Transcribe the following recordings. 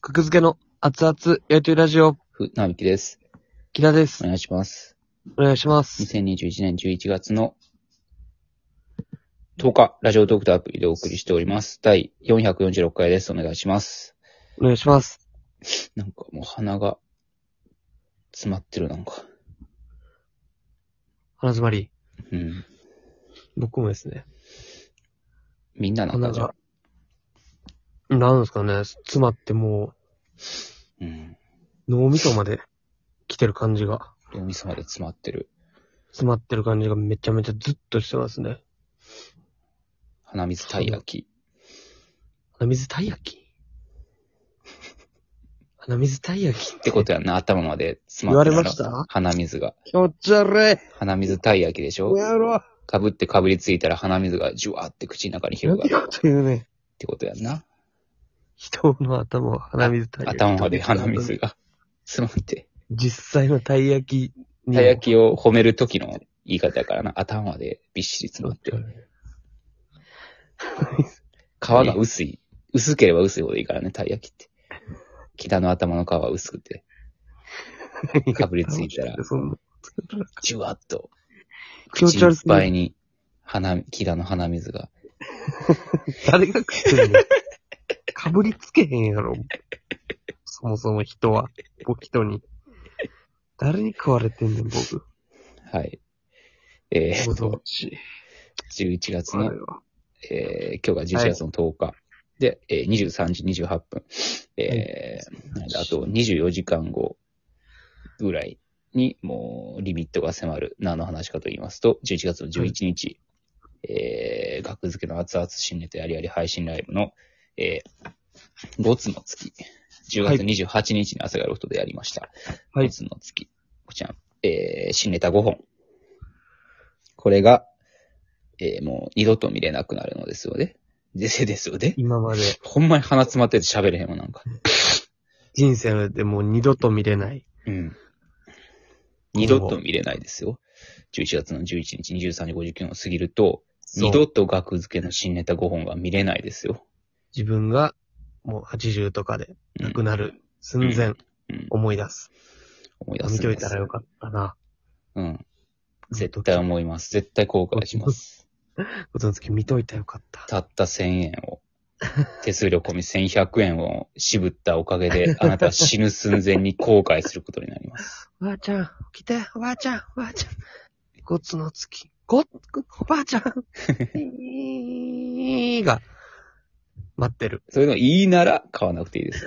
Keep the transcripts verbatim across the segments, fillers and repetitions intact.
格付けの熱々やりとりラジオ、 ふ、なびきです。 木田です。 お願いします。 お願いします。 にせんにじゅういちねんじゅういちがつのとおか、ラジオトークとアプリでお送りしております。だいよんひゃくよんじゅうろっかいです。お願いします。 お願いします。 なんかもう鼻が詰まってる、なんか。 鼻詰まり。 うん。 僕もですね。 みんななんかじゃあ。 なんですかね、詰まってもうん。 う、脳みそまで来てる感じが、 脳みそまで詰まってる。 詰まってる感じがめちゃめちゃずっとしてますね。 鼻水たい焼き。 鼻水たい焼き鼻水たい焼きってことやんな、頭まで詰まってる。 言われました？ 鼻水が。 気持ち悪い。 鼻水たい焼きでしょ？ やろう。 かぶってかぶりついたら鼻水がジュワーって口の中に広がる。 なんてこと言うね。 ってことやんな。 人の頭は鼻水たい焼き。 頭まで鼻水が詰まって。 実際のたい焼きに。 たい焼きを褒めるときの言い方やからな。頭までびっしり詰まって。皮が薄い。薄ければ薄いほどいいからね、たい焼きって。北の頭の皮は薄くて。かぶりついたら、じゅわっと、口いっぱいに、鼻、北の鼻水が。 誰が食ってんの？かぶりつけへんやろ。そもそも人は、僕人に。誰に食われてんねん、僕。 はい。えー、と、 じじゅういちがつの、えー、今日がじゅういちがつのとおか。はい、で、えー、にじゅうさんじにじゅうはっぷん。えー、はい、あとにじゅうよじかんごぐらいにもうリミットが迫る。何の話かと言いますと、じゅういちがつのじゅういちにち、はい、えー、学付けの熱々新ネタやりやり配信ライブの、えー、ごつの月、じゅうがつにじゅうはちにちに朝がロフトでやりました。はい、ごつの月、こちら、えー、新ネタごほん。これが、えー、もう二度と見れなくなるのですよね。ですですよね。 今まで。 ほんまに鼻詰まってて喋れへんわ、なんか。 人生でもう二度と見れない。 うん。二度と見れないですよ。じゅういちがつのじゅういちにちにじゅうさんじごじゅうきゅうふんを過ぎると、二度と学付けの新ネタごほんが見れないですよ。 自分がもうはちじゅうとかで亡くなる寸前、うんうん、思い出す。 思い出す。 見といたらよかったな。 うん。絶対思います。絶対後悔します。 ごつの月見といたらよかった。 たったせんえんを、手数料込みせんひゃくえんを渋ったおかげで、あなたは死ぬ寸前に後悔することになります。 おばあちゃん、来て、おばあちゃん、おばあちゃん。ごつの月、ご、おばあちゃん。いーが、待ってる。 そういうのいいなら買わなくていいですよ。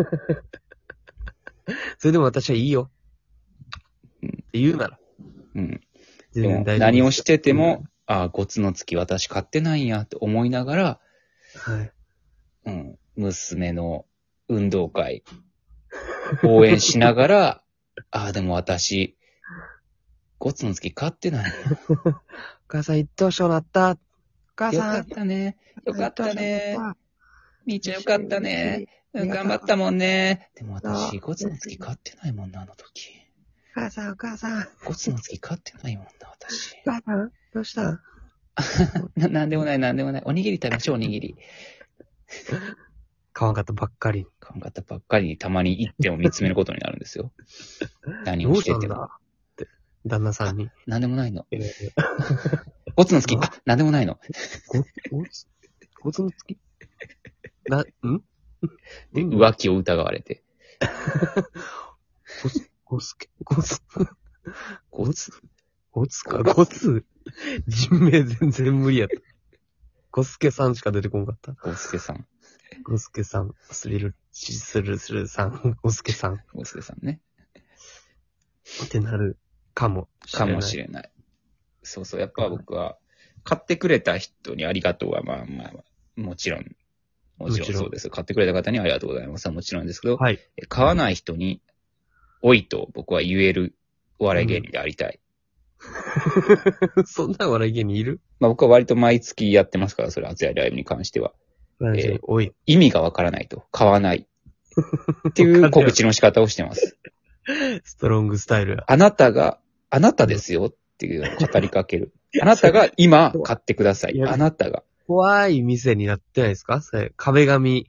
それでも私はいいよ。うん。って言うなら。 うん。でも何をしてても、ああ、ごつの月私買ってないんやって思いながら、 はい。 うん。娘の運動会、応援しながら、ああ、でも私、ごつの月買ってない。 お母さん一等賞なった。お母さん。 よかったね。よかったね。みーちゃんよかったね。うん、頑張ったもんね。でも私、ごつの月買ってないもんな、あの時。 お母さん、お母さん。 ごつの月買ってないもんな、私。 お母さん、どうしたな、なんでもない、なんでもない。おにぎり食べましょう、おにぎり。 買わんかったばっかり。 買わんかったばっかりにたまに一点を見つめることになるんですよ。何をしてても。 どうしたんだって、旦那さんに。 なんでもないの。ごつの月、あ、なんでもないの。 ご、ごつ、ごつの月な、んで、浮気を疑われて。 ごつ、ごすけ、ごつ、ごつ、ごつか、ごつ。人名全然無理やった。ごすけさんしか出てこんかった。 ごすけさん。 ごすけさん、スリル、チスルスルさん、ごすけさん。 ごすけさんね。 ってなるかもしれない。かもしれない。そうそう、やっぱ僕は、買ってくれた人にありがとうは、まあまあ、もちろん、もちろんそうです。買ってくれた方にはありがとうございます。もちろんですけど、はい、買わない人に、おいと僕は言えるお笑い芸人でありたい。 うん、そんなお笑い芸人いる？ まあ僕は割と毎月やってますから、それ、熱いライブに関しては。 えー、おい。 意味がわからないと、買わない。っていう告知の仕方をしてます。 ストロングスタイルや。 あなたが、あなたですよっていうのを語りかける。あなたが今買ってください。あなたが。 怖い店になってないですか？それ壁紙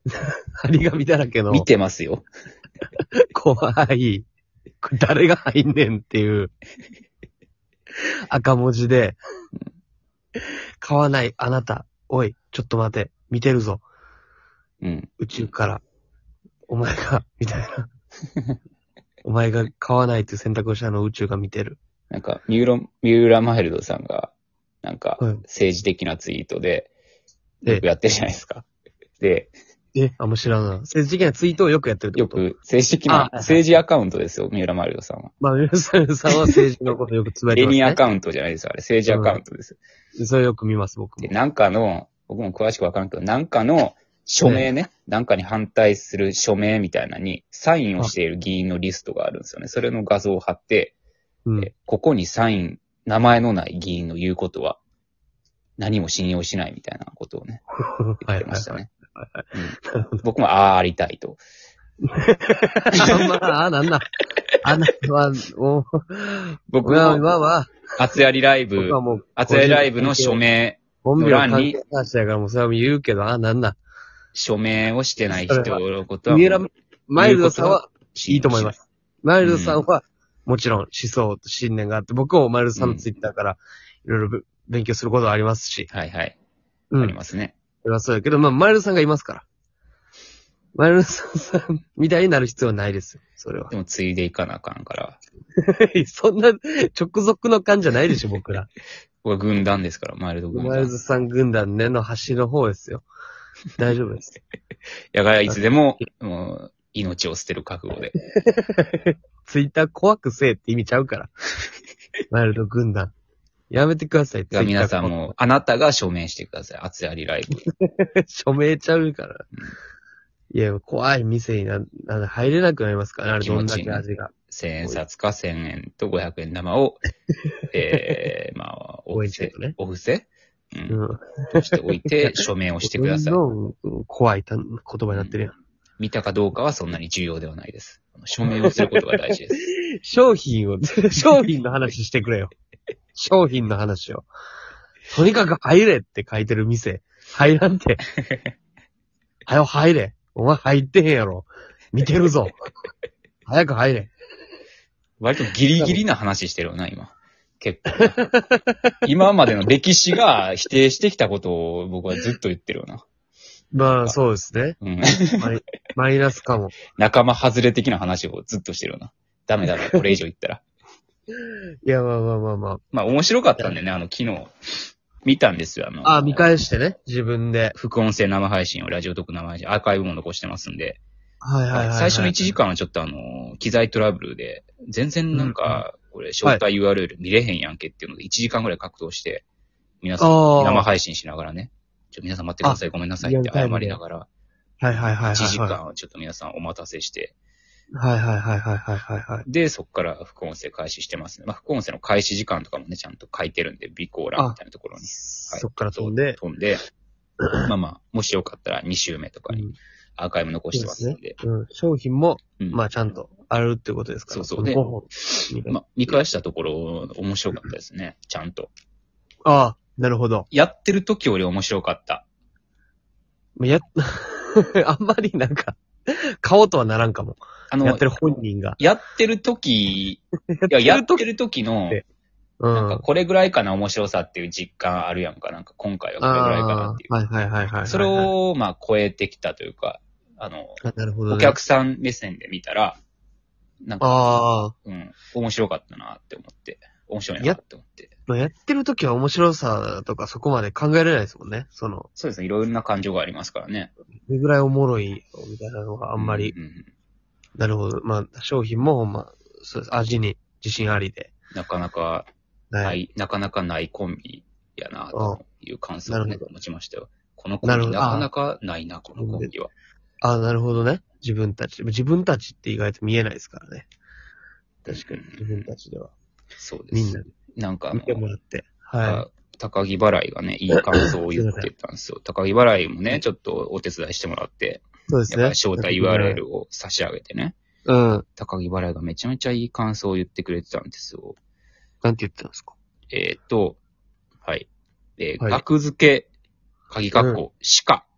張り紙だらけの。 見てますよ。 怖い。これ誰が入んねんっていう赤文字で、買わないあなた、おい、ちょっと待て、見てるぞ。 うん。 宇宙から、お前が、みたいな。お前が買わないっていう選択をしたのを宇宙が見てる。 なんか、ミューロ、ミューラ・マイルドさんが、なんか、 はい政治的なツイートで、 えよくやってるじゃないですか。で、 え、あんま知らんな。政治的なツイートをよくやってるってよことく政治的な、 あはいはい政治アカウントですよ、ミューラ・マイルドさんは。 まあ、皆さんさんは政治のことよくつぶやいて芸ますね。 人アカウントじゃないですよ、あれ。政治アカウントです。 それよく見ます、僕で、 も。 なんかの、僕も詳しくわからんけど、なんかの署名ね、なんかに反対する署名みたいなのに、サインをしている議員のリストがあるんですよね。それの画像を貼って、 うん。 えここにサイン、名前のない議員の言うことは、何も信用しないみたいなことをね、言ってましたね。うん僕もああありたいと。 まあ、あ、なんだ。あ、なんだ、もう、 僕まあも、 まあまあ、 厚やりライブ僕は、もう、 厚やりライブの署名、 コンビの関係者やからもうそれは言うけど、あ、なんだ。 署名をしてない人のことは、 三浦、マイルドさんは、 いいいと思います。マイルドさんは、もちろん思想と信念があって、僕もマイルドさんのツイッターから、いろいろ勉強することはありますし。 はいはい。 うん。 ありますね。 それはそうやけど、まあ、マイルドさんがいますから。マイルドさんみたいになる必要はないですよ、それはで。も、ついでいかなあかんから。 そんな、直属の感じゃないでしょ、僕ら。 僕は軍団ですから、マイルド軍団。 マイルドさん軍団ねの端の方ですよ。大丈夫です。 やがいつでも、もう、命を捨てる覚悟で。 ツイッター怖くせえって意味ちゃうから。マイルド軍団。やめてください、 が皆さんも、あなたが署名してください。厚やりライブ。 署名ちゃうから。 うんいや、怖い店にな、なん入れなくなりますからね、あれどんだけ気持ちいいね味が。 千円札か千円とごひゃくえん玉を、えー、まあ、お応布施援チケットね、 お布施う。 うんん。 としておいて、署名をしてください。 どんどん怖いた言葉になってるやん。 見たかどうかはそんなに重要ではないです。署名をすることが大事です。 商品を、商品の話してくれよ。商品の話を。とにかく入れって書いてる店。入らんて。はよ入れ。お前入ってへんやろ。見てるぞ。早く入れ。 割とギリギリな話してるよな、今。結構。今までの歴史が否定してきたことを僕はずっと言ってるよな。 まあ、そうですね。 うん。 マイマイナスかも。 仲間外れ的な話をずっとしてるよな。ダメダメ、これ以上言ったら。 いや、まあまあまあまあ。 まあ面白かったんでね、あの、昨日、見たんですよ、あの。 あ、見返してね。自分で。 副音声生配信をラジオトーク生配信、アーカイブも残してますんで。 はいはいはい、はい。 最初のいちじかんはちょっとあの、機材トラブルで、全然なんか、これ、招待 ユーアールエル 見れへんやんけっていうので、いちじかんぐらい格闘して、皆さん、生配信しながらね、ちょ、皆さん待ってください、ごめんなさいって謝りながら、 はいはいはいはい。 いちじかんをちょっと皆さんお待たせして、 はいはいはいはいはいはいはい。 で、そこから副音声開始してますね。まあ、副音声の開始時間とかもね、ちゃんと書いてるんで、備考欄みたいなところに。はい、 そっから飛んで。 飛んで、まあまあ、もしよかったらに週目とかにアーカイブ残してますんで。 うん、うん、商品も、 うん、 まあちゃんとあるってことですから。 そうそう。で、まあ、見返したところ、面白かったですね。ちゃんと。 ああ、なるほど。 やってる時より面白かった。 や、あんまりなんか、顔とはならんかも。あの、やってる本人が。 やってる時、いや、やってる時の、 うん、 なんかこれぐらいかな面白さっていう実感あるやんか。なんか今回はこれぐらいかなっていう。 はいはいはいはい。 それを、まあ超えてきたというか、あの、 あなるほどね、 お客さん目線で見たら、なんか、 あうん、面白かったなって思って、面白いなって思って。 まあ、やってる時は面白さとかそこまで考えられないですもんね。その。 そうですね。いろいろな感情がありますからね。 どれぐらいおもろいみたいなのがあんまり。 うんうんうん、 なるほど。まあ、商品も、まあ、そうです。味に自信ありで。 なかなかない、はい、なかなかないコンビやな、という感想をね、持ちましたよ。このコンビなかなかないな、このコンビは。 ああ、なるほどね。自分たち。自分たちって意外と見えないですからね。確かに、自分たちでは。 そうです。 みんななんかあの、 見てもらって。はい。 高木払いがね、いい感想を言ってたんですよ。高木払いもね、ちょっとお手伝いしてもらって。 そうですね。 やっぱ招待 ユーアールエル を差し上げてね。 うん。 高木払いがめちゃめちゃいい感想を言ってくれてたんですよ。 なんて言ってたんですか？ えっと、はい。えー、はい、額付け、鍵括弧、しか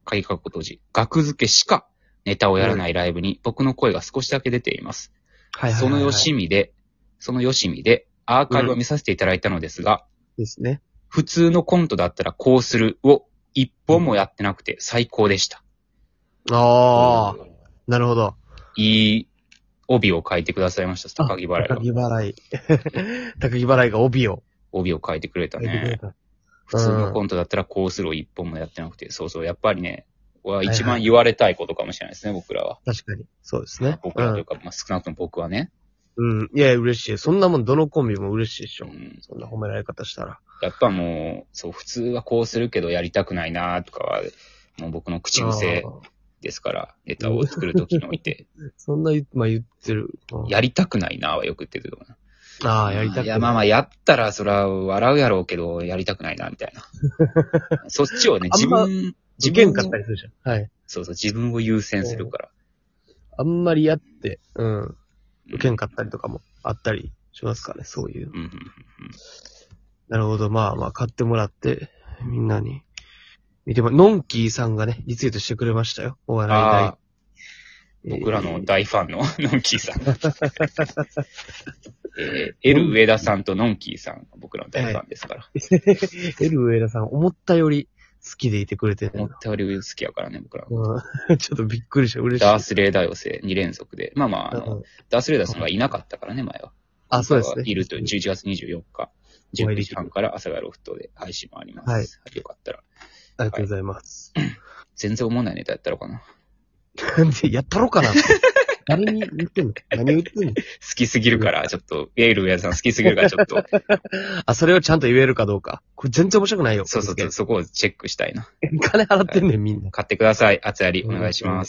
鍵かっこ閉じ。額付けしかネタをやらないライブに僕の声が少しだけ出ています。 はいはいはい、はい。 そのよしみで、そのよしみでアーカイブを見させていただいたのですが、 うん、ですね。 普通のコントだったらこうするを一本もやってなくて最高でした。 ああ、なるほど。 いい帯を書いてくださいました、高木払いが。 高木払い。高木払いが帯を。 帯を書いてくれたね。普通のコントだったらこうするを一本もやってなくて、そうそう、やっぱりね、は一番言われたいことかもしれないですね、はいはい、僕らは。 確かに。そうですね。 僕らというか、うん、まあ、少なくとも僕はね。 うん。いや、嬉しい。そんなもん、どのコンビも嬉しいでしょ。うん、そんな褒められ方したら。 やっぱもう、そう、普通はこうするけどやりたくないなとかは、もう僕の口癖ですから、ネタを作るときにおいて。 そんな、まあ言ってる。 やりたくないなはよく言ってるけどな。 ああ、やりたくない。 いや、まあまあ、やったらそら笑うやろうけど、やりたくないな、みたいな。そっちをね、自分、 自分かったりするじゃん。はい。 そうそう、自分を優先するから。 あんまりやって、うん。受けんかったりとかもあったりしますかね、そういう。うんうんうん、なるほど、まあまあ、買ってもらって、みんなに見ても、ノンキーさんがね、リツイートしてくれましたよ。お笑い大。 僕らの大ファンのノンキーさん。えー、L 上田さんとノンキーさん、僕らの大ファンですから。 L 上田さん、思ったより好きでいてくれてる。 思ったより好きやからね、僕ら。 うん、ちょっとびっくりした、嬉しい。 ダースレーダー寄せに連続で。まあまあ、あの、うん、ダースレーダーさんがいなかったからね、前は。 あ、そうですね。 いるというじゅういちがつにじゅうよっか、じゅうくじはんから阿佐ヶ谷ロフトで配信もあります。はい。よかったら。 ありがとうございます。 はい、全然思わないネタやったろうかな。 なんで、やったろうかな。誰に言ってんの？何言ってんの？ 好きすぎるから、ちょっと、エール上田さん好きすぎるから、ちょっと。 あ、それをちゃんと言えるかどうか。これ全然面白くないよ。 そうそうそう、そこをチェックしたいな。 金払ってんねん、みんな。 買ってください。厚やり、お願いします。